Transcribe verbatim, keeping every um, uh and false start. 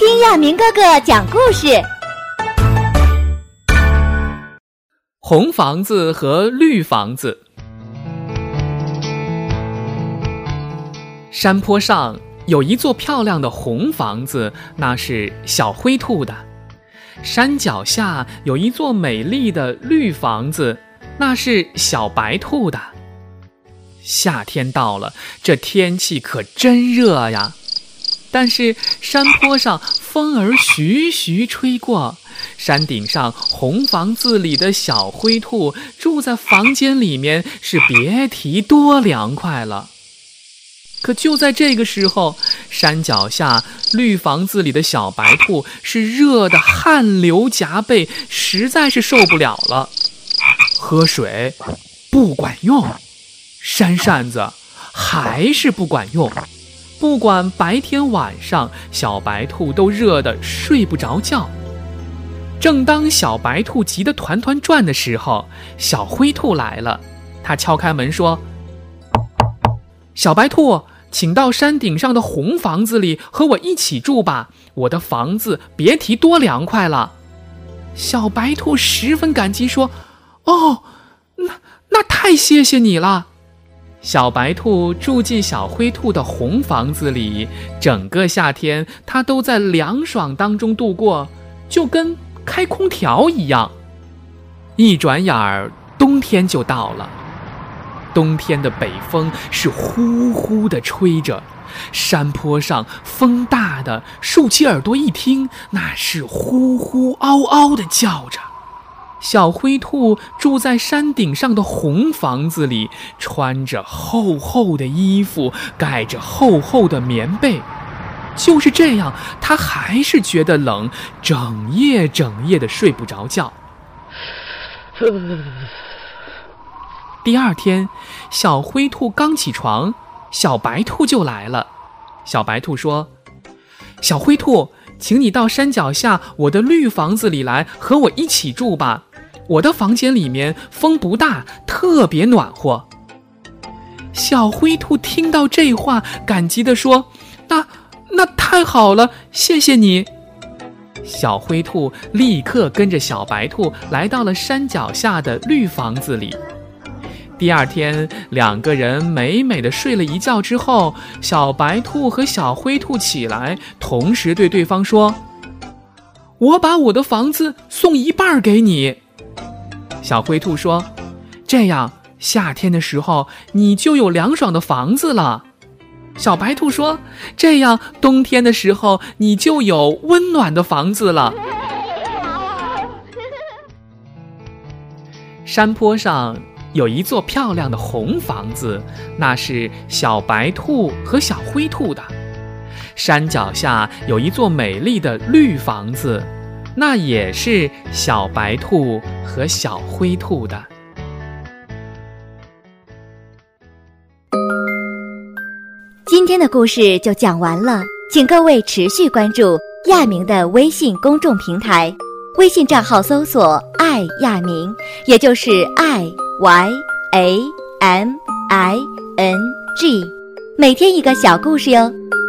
听亚明哥哥讲故事。 红房子和绿房子。山坡上有一座漂亮的红房子，那是小灰兔的。山脚下有一座美丽的绿房子，那是小白兔的。夏天到了，这天气可真热呀！但是山坡上风儿徐徐吹过，山顶上红房子里的小灰兔住在房间里面，是别提多凉快了。可就在这个时候，山脚下绿房子里的小白兔是热得汗流浃背，实在是受不了了。喝水不管用，扇扇子还是不管用，不管白天晚上，小白兔都热得睡不着觉。正当小白兔急得团团转的时候，小灰兔来了。他敲开门说：小白兔，请到山顶上的红房子里和我一起住吧，我的房子别提多凉快了。小白兔十分感激说：哦，那那太谢谢你了。小白兔住进小灰兔的红房子里，整个夏天它都在凉爽当中度过，就跟开空调一样。一转眼儿，冬天就到了。冬天的北风是呼呼地吹着，山坡上风大的竖起耳朵一听，那是呼呼嗷嗷地叫着。小灰兔住在山顶上的红房子里，穿着厚厚的衣服，盖着厚厚的棉被。就是这样，它还是觉得冷，整夜整夜的睡不着觉。第二天，小灰兔刚起床，小白兔就来了。小白兔说：小灰兔，请你到山脚下我的绿房子里来和我一起住吧，我的房间里面风不大，特别暖和。小灰兔听到这话，感激地说：那那太好了，谢谢你。小灰兔立刻跟着小白兔来到了山脚下的绿房子里。第二天，两个人美美的睡了一觉之后，小白兔和小灰兔起来，同时对对方说：我把我的房子送一半给你。小灰兔说：这样夏天的时候你就有凉爽的房子了。小白兔说：这样冬天的时候你就有温暖的房子了。山坡上有一座漂亮的红房子，那是小白兔和小灰兔的。山脚下有一座美丽的绿房子，那也是小白兔和小灰兔的。 今天的故事就讲完了，请各位持续关注亚明的微信公众平台，微信账号搜索爱亚明，也就是 I Y A M I N G， 每天一个小故事哟。